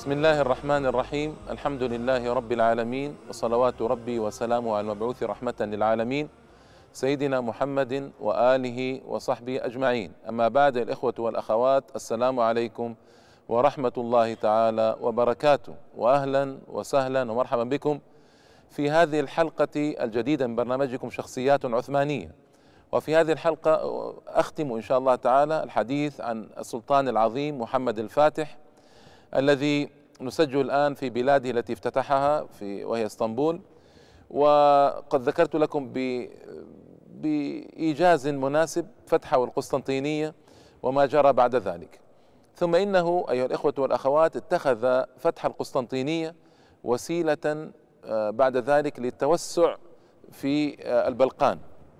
بسم الله الرحمن الرحيم. الحمد لله رب العالمين، وصلوات ربي وسلامه على المبعوث رحمة للعالمين سيدنا محمد وآله وصحبه أجمعين. أما بعد، الإخوة والأخوات، السلام عليكم ورحمة الله تعالى وبركاته، وأهلا وسهلا ومرحبا بكم في هذه الحلقة الجديدة من برنامجكم شخصيات عثمانية. وفي هذه الحلقة أختم إن شاء الله تعالى الحديث عن السلطان العظيم محمد الفاتح، الذي نسجل الآن في بلاده التي افتتحها وهي اسطنبول. وقد ذكرت لكم بإيجاز مناسب فتحه القسطنطينية وما جرى بعد ذلك. ثم إنه أيها الإخوة والأخوات اتخذ فتح القسطنطينية وسيلة بعد ذلك للتوسع في البلقان،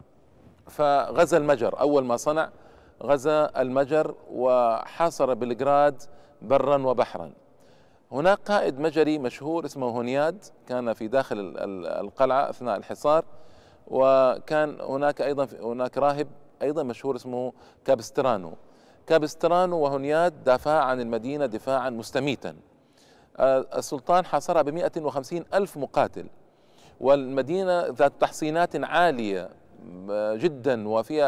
فغزا المجر. أول ما صنع غزا المجر وحاصر بلغراد برا وبحرا. هناك قائد مجري مشهور اسمه هونياد، كان في داخل القلعة أثناء الحصار، وكان هناك أيضا راهب أيضا مشهور اسمه كابسترانو وهونياد دافعا عن المدينة دفاعا مستميتا. السلطان حاصرها ب150 ألف مقاتل، والمدينة ذات تحصينات عالية جدا،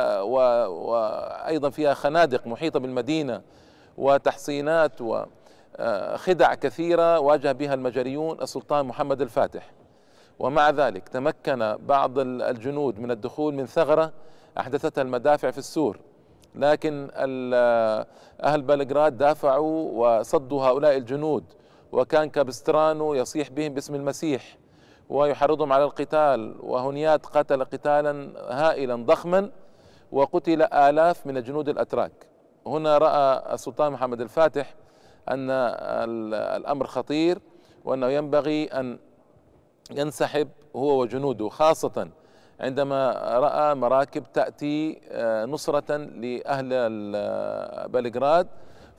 وأيضا فيها خنادق محيطة بالمدينة وتحصينات وخدع كثيرة واجه بها المجريون السلطان محمد الفاتح. ومع ذلك تمكن بعض الجنود من الدخول من ثغرة أحدثتها المدافع في السور، لكن أهل بلغراد دافعوا وصدوا هؤلاء الجنود، وكان كابسترانو يصيح بهم باسم المسيح ويحرضهم على القتال، وهنيات قتل قتالا هائلا ضخما وقتل آلاف من الجنود الأتراك. هنا رأى السلطان محمد الفاتح أن الأمر خطير، وأنه ينبغي أن ينسحب هو وجنوده، خاصة عندما رأى مراكب تأتي نصرة لأهل بلغراد،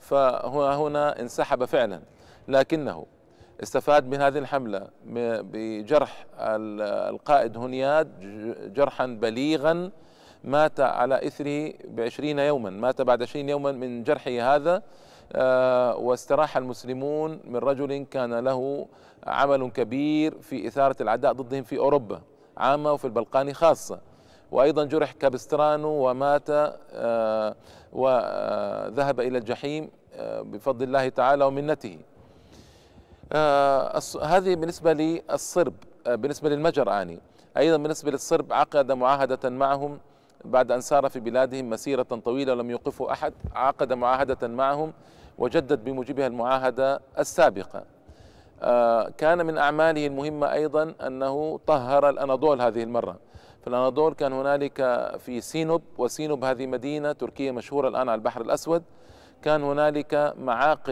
فهنا انسحب فعلا. لكنه استفاد من هذه الحملة بجرح القائد هنياد جرحا بليغا، مات على إثره ب20 يوما، مات بعد 20 يوما من جرحه هذا. واستراح المسلمون من رجل كان له عمل كبير في إثارة العداء ضدهم في أوروبا عامة وفي البلقان خاصة. وأيضا جرح كابسترانو ومات وذهب إلى الجحيم بفضل الله تعالى ومنته. هذه بالنسبة للصرب، بالنسبة للمجر أيضا بالنسبة للصرب عقد معاهدة معهم بعد أن سار في بلادهم مسيرة طويلة ولم يوقفوا أحد، عقد معاهدة معهم وجدد بموجبها المعاهدة السابقة. كان من أعماله المهمة أيضا أنه طهر الأناضول هذه المرة. في الأناضول كان هنالك في سينوب، وسينوب هذه مدينة تركية مشهورة الآن على البحر الأسود، كان هنالك معاقل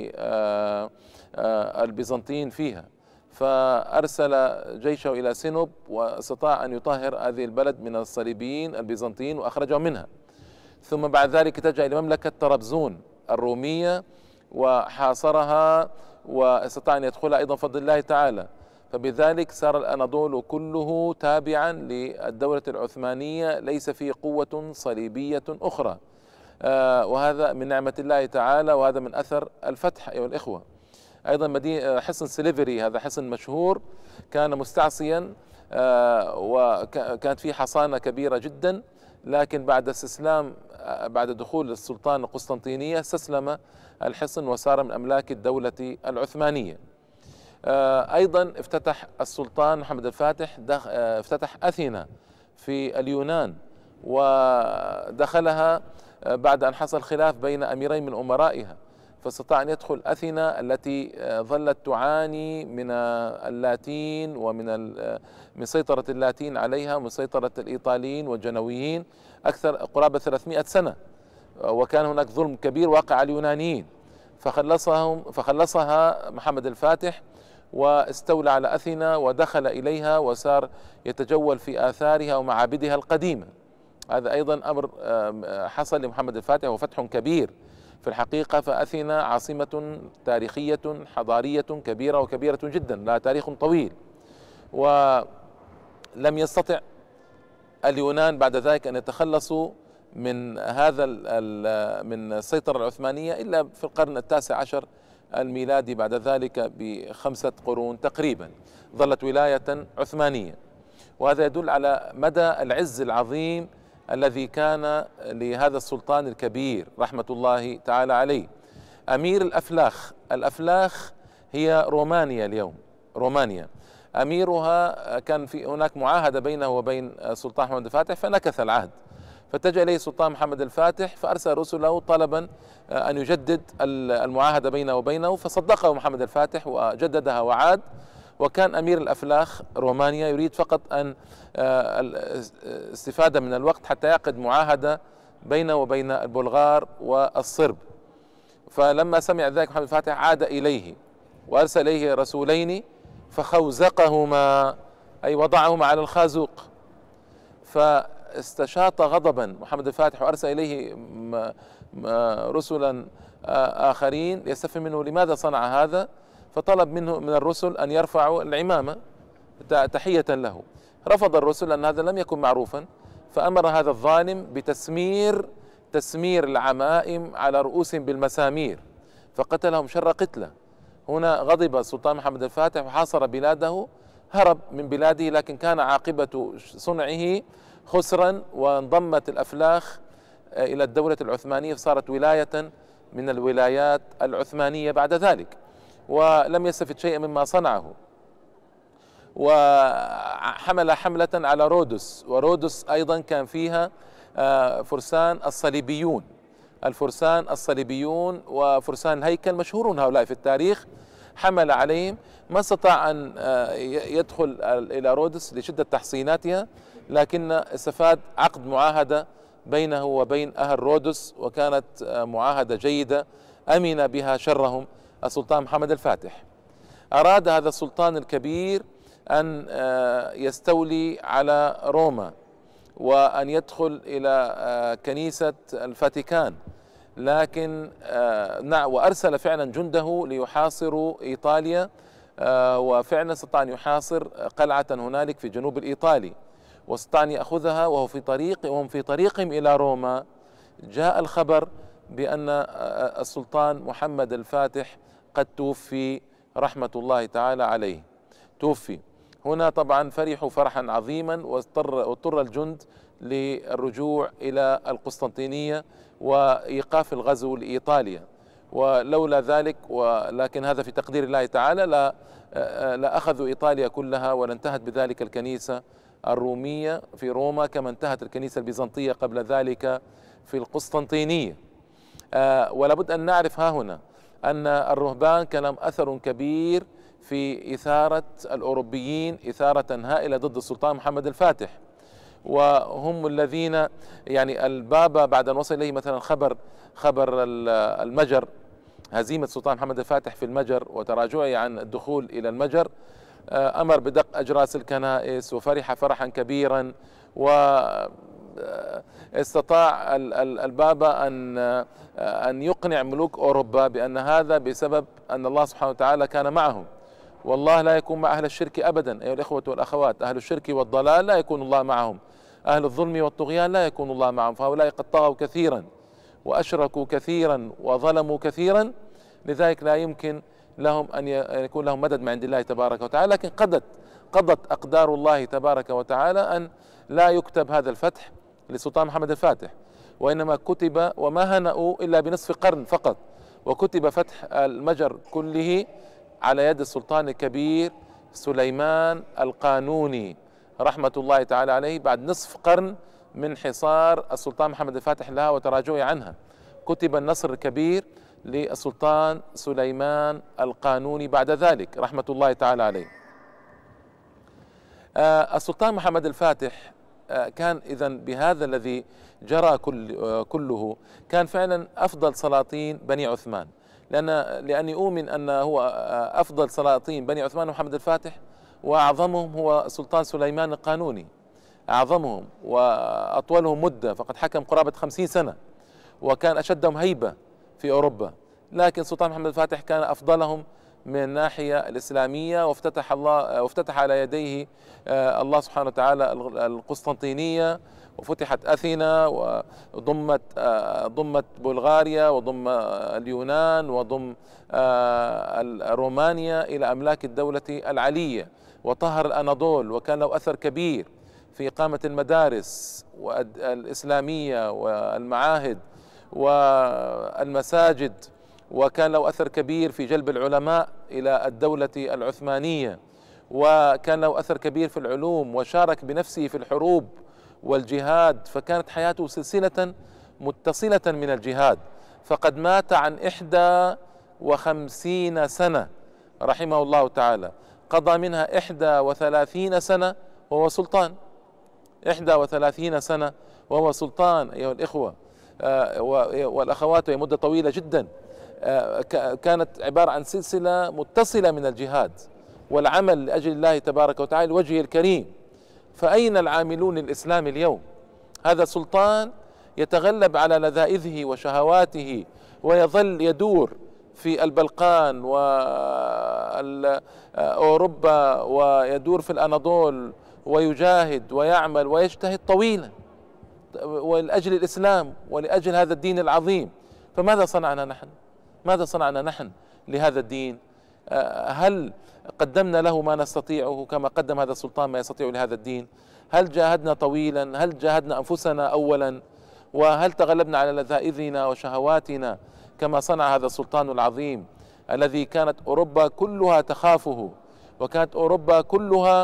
للبيزنطيين فيها، فأرسل جيشه إلى سينوب واستطاع أن يطهر هذه البلد من الصليبيين البيزنطيين وأخرجهم منها. ثم بعد ذلك اتجه إلى مملكة طرابزون الرومية وحاصرها، واستطاع أن يدخلها أيضا بفضل الله تعالى. فبذلك صار الأناضول كله تابعا للدولة العثمانية، ليس فيه قوة صليبية أخرى، وهذا من نعمة الله تعالى، وهذا من أثر الفتح أيها الإخوة. أيضا مدينة حصن سليفري، هذا حصن مشهور كان مستعصيا، وكانت فيه حصانة كبيرة جدا، لكن بعد دخول السلطان القسطنطينية استسلم الحصن وصار من أملاك الدولة العثمانية. أيضا افتتح السلطان محمد الفاتح افتتح أثينا في اليونان، ودخلها بعد أن حصل خلاف بين أميرين من أمرائها، فاستطاع أن يدخل أثينا التي ظلت تعاني من اللاتين من سيطرة اللاتين عليها ومن سيطرة الإيطاليين والجنويين أكثر قرابة 300 سنة، وكان هناك ظلم كبير واقع على اليونانيين، فخلصها محمد الفاتح واستولى على أثينا ودخل إليها وصار يتجول في آثارها ومعابدها القديمة. هذا أيضا أمر حصل لمحمد الفاتح وفتح كبير في الحقيقة. فأثينا عاصمة تاريخية حضارية كبيرة وكبيرة جدا، لها تاريخ طويل، ولم يستطع اليونان بعد ذلك أن يتخلصوا من من السيطرة العثمانية إلا في القرن التاسع عشر الميلادي بعد ذلك ب5 قرون تقريبا ظلت ولاية عثمانية. وهذا يدل على مدى العز العظيم الذي كان لهذا السلطان الكبير رحمة الله تعالى عليه. أمير الأفلاخ، الأفلاخ هي رومانيا اليوم، رومانيا. أميرها كان في هناك معاهدة بينه وبين السلطان محمد الفاتح فنكث العهد، فاتجه إليه السلطان محمد الفاتح فأرسل رسله طلبا أن يجدد المعاهدة بينه وبينه، فصدقه محمد الفاتح وجددها وعاد. وكان أمير الأفلاخ رومانيا يريد فقط أن الاستفادة من الوقت حتى يعقد معاهدة بينه وبين البلغار والصرب. فلما سمع ذلك محمد الفاتح عاد إليه وأرسل إليه رسولين فخوزقهما، أي وضعهما على الخازوق. فاستشاط غضبا محمد الفاتح وأرسل إليه رسلا آخرين ليستفهم منه لماذا صنع هذا، فطلب منه من الرسل أن يرفعوا العمامة تحية له. رفض الرسل أن هذا لم يكن معروفا، فأمر هذا الظالم بتسمير العمائم على رؤوسهم بالمسامير فقتلهم شر قتله. هنا غضب السلطان محمد الفاتح وحاصر بلاده، هرب من بلاده، لكن كان عاقبة صنعه خسرا، وانضمت الأفلاخ إلى الدولة العثمانية فصارت ولاية من الولايات العثمانية بعد ذلك، ولم يستفد شيئا مما صنعه. وحمل حملة على رودس، ورودس أيضا كان فيها فرسان الصليبيون، الفرسان الصليبيون وفرسان الهيكل مشهورون هؤلاء في التاريخ. حمل عليهم، ما استطاع أن يدخل إلى رودس لشدة تحصيناتها، لكن استفاد عقد معاهدة بينه وبين أهل رودس، وكانت معاهدة جيدة أمن بها شرهم السلطان محمد الفاتح. أراد هذا السلطان الكبير أن يستولي على روما وأن يدخل إلى كنيسة الفاتيكان، لكن وأرسل فعلا جنده ليحاصروا إيطاليا، وفعلا استطاع أن يحاصر قلعة هنالك في جنوب الإيطالي، واستطاع أن يأخذها. وهم في طريقهم إلى روما جاء الخبر بأن السلطان محمد الفاتح قد توفي رحمة الله تعالى عليه، توفي. هنا طبعا فرحوا فرحا عظيما، واضطر الجند للرجوع إلى القسطنطينية وإيقاف الغزو لإيطاليا. ولولا ذلك ولكن هذا في تقدير الله تعالى لا أخذوا إيطاليا كلها، ولا انتهت بذلك الكنيسة الرومية في روما كما انتهت الكنيسة البيزنطية قبل ذلك في القسطنطينية. ولا بد أن نعرف ها هنا أن الرهبان كان لهم أثر كبير في إثارة الأوروبيين إثارة هائلة ضد السلطان محمد الفاتح، وهم الذين يعني البابا بعد أن وصل إليه مثلا خبر المجر، هزيمة السلطان محمد الفاتح في المجر وتراجعه عن الدخول إلى المجر، أمر بدق أجراس الكنائس وفرح فرحا كبيرا، واستطاع البابا أن يقنع ملوك أوروبا بأن هذا بسبب أن الله سبحانه وتعالى كان معهم، والله لا يكون مع أهل الشرك أبدا أيها الإخوة والأخوات. أهل الشرك والضلال لا يكون الله معهم، أهل الظلم والطغيان لا يكون الله معهم، فهؤلاء قد طغوا كثيرا وأشركوا كثيرا وظلموا كثيرا، لذلك لا يمكن لهم أن يكون لهم مدد من عند الله تبارك وتعالى. لكن قضت أقدار الله تبارك وتعالى أن لا يكتب هذا الفتح للسلطان محمد الفاتح، وإنما كتب، وما هنأوا إلا بنصف قرن فقط، وكتب فتح المجر كله على يد السلطان الكبير سليمان القانوني رحمة الله تعالى عليه، بعد نصف قرن من حصار السلطان محمد الفاتح لها وتراجعه عنها. كتب النصر الكبير للسلطان سليمان القانوني بعد ذلك رحمة الله تعالى عليه. السلطان محمد الفاتح كان إذن بهذا الذي جرى كله كان فعلا أفضل سلاطين بني عثمان، لأني أؤمن أن هو أفضل سلاطين بني عثمان محمد الفاتح، وأعظمهم هو السلطان سليمان القانوني، أعظمهم وأطولهم مدة، فقد حكم قرابة 50 سنة وكان أشدهم هيبة في أوروبا. لكن السلطان محمد الفاتح كان أفضلهم من الناحية الإسلامية، وافتتح على يديه الله سبحانه وتعالى القسطنطينية، وفتحت أثينا وضمت ضمت بلغاريا وضم اليونان وضم رومانيا إلى أملاك الدولة العلية، وطهر الأناضول، وكان له أثر كبير في إقامة المدارس الإسلامية والمعاهد والمساجد، وكان له أثر كبير في جلب العلماء إلى الدولة العثمانية، وكان له أثر كبير في العلوم، وشارك بنفسه في الحروب والجهاد، فكانت حياته سلسلة متصلة من الجهاد. فقد مات عن 51 سنة رحمه الله تعالى، قضى منها 31 سنة وهو سلطان. 31 سنة وهو سلطان أيها الإخوة والأخوات، وهي مدة طويلة جدا. كانت عبارة عن سلسلة متصلة من الجهاد والعمل لأجل الله تبارك وتعالى لوجهه الكريم. فأين العاملون للإسلام اليوم؟ هذا سلطان يتغلب على لذائذه وشهواته ويظل يدور في البلقان وأوروبا ويدور في الأناضول ويجاهد ويعمل ويجتهد طويلا ولأجل الإسلام ولأجل هذا الدين العظيم. فماذا صنعنا نحن؟ ماذا صنعنا نحن لهذا الدين؟ هل قدمنا له ما نستطيعه كما قدم هذا السلطان ما يستطيع لهذا الدين؟ هل جاهدنا طويلا؟ هل جاهدنا أنفسنا أولا؟ وهل تغلبنا على لذائذنا وشهواتنا كما صنع هذا السلطان العظيم الذي كانت أوروبا كلها تخافه، وكانت أوروبا كلها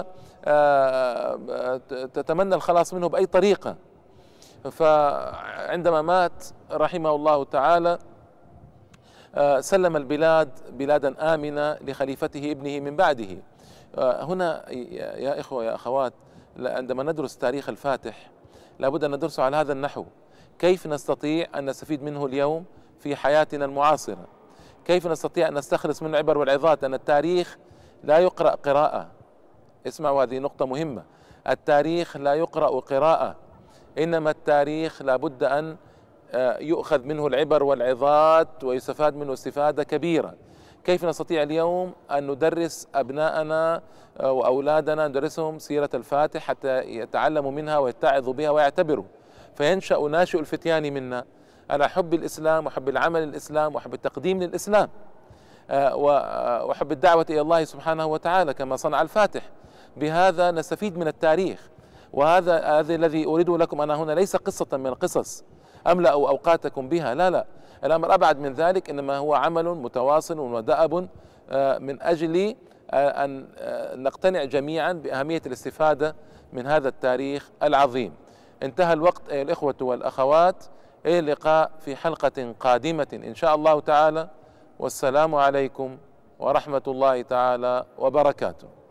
تتمنى الخلاص منه بأي طريقة؟ فعندما مات رحمه الله تعالى سلم البلاد بلادا آمنة لخليفته ابنه من بعده. هنا يا إخوة يا أخوات، عندما ندرس تاريخ الفاتح لابد أن ندرسه على هذا النحو. كيف نستطيع أن نستفيد منه اليوم في حياتنا المعاصرة؟ كيف نستطيع أن نستخلص منه العبر والعظات؟ أن التاريخ لا يقرأ قراءة. اسمعوا، هذه نقطة مهمة. التاريخ لا يقرأ قراءة، إنما التاريخ لابد أن يؤخذ منه العبر والعظات ويستفاد منه استفادة كبيرة. كيف نستطيع اليوم أن ندرس أبناءنا وأولادنا، ندرسهم سيرة الفاتح حتى يتعلموا منها ويتعظوا بها ويعتبروا، فينشأ ناشئ الفتيان منا على حب الإسلام وحب العمل للإسلام وحب التقديم للإسلام وحب الدعوة إلى الله سبحانه وتعالى كما صنع الفاتح. بهذا نستفيد من التاريخ. وهذا الذي أريده لكم أنا هنا ليس قصة من القصص أملأ أوقاتكم بها، لا لا، الأمر أبعد من ذلك، إنما هو عمل متواصل ودأب من أجل أن نقتنع جميعا بأهمية الاستفادة من هذا التاريخ العظيم. انتهى الوقت أيها الإخوة والأخوات، إلى اللقاء في حلقة قادمة إن شاء الله تعالى، والسلام عليكم ورحمة الله تعالى وبركاته.